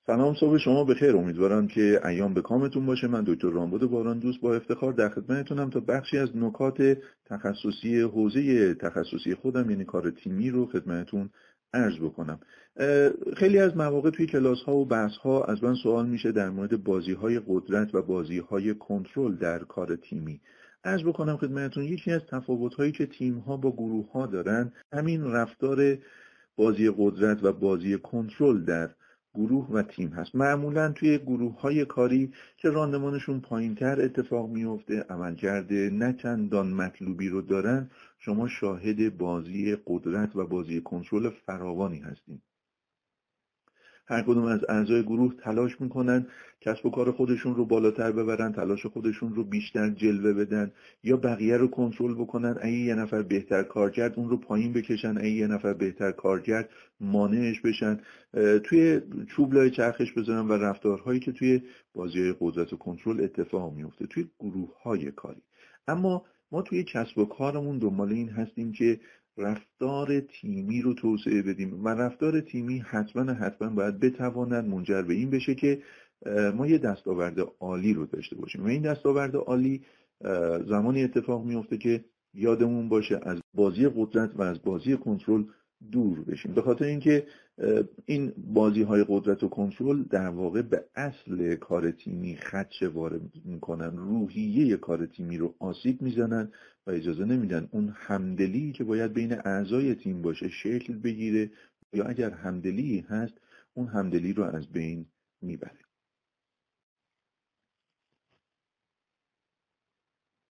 سلام، صبح شما بخیر. امیدوارم که ایام به کامتون باشه. من دکتر رامبد باران دوست با افتخار در خدمتتونم تا بخشی از نکات تخصصی حوزه تخصصی خودم، یعنی کار تیمی رو خدمتتون عرض بکنم. خیلی از مواقع توی کلاس ها و بحث ها از من سوال میشه در مورد بازی های قدرت و بازی های کنترل در کار تیمی. عرض بکنم خدمتتون یکی از تفاوت هایی که تیم ها با گروه ها دارن همین رفتار بازی قدرت و بازی کنترل در گروه و تیم هست. معمولا توی گروه های کاری که راندمانشون پایینتر اتفاق میفته، عملکرد نه چندان مطلوبی رو دارن، شما شاهد بازی قدرت و بازی کنترل فراوانی هستین. هر کدوم از اعضای گروه تلاش میکنن کسب و کار خودشون رو بالاتر ببرن، تلاش خودشون رو بیشتر جلوه بدن یا بقیه رو کنترل بکنن. اگه یه نفر بهتر کار کرد اون رو پایین بکشن، اگه یه نفر بهتر کار کرد مانعش بشن، توی چوب لای چرخش بذارن و رفتارهایی که توی بازی قدرت و کنترل اتفاق میفته توی گروه‌های کاری. اما ما توی کسب و کارمون دنبال این هستیم که رفتار تیمی رو توسعه بدیم و رفتار تیمی حتما باید بتواند منجر به این بشه که ما یه دستاورد عالی رو داشته باشیم و این دستاورد عالی زمانی اتفاق میفته که یادمون باشه از بازی قدرت و از بازی کنترل دور بشیم. به خاطر اینکه این بازی های قدرت و کنترل در واقع به اصل کار تیمی خدشه وارد میکنن، روحیه کار تیمی رو آسیب میزنن و اجازه نمیدن اون همدلی که باید بین اعضای تیم باشه شکل بگیره، یا اگر همدلی هست اون همدلی رو از بین میبره.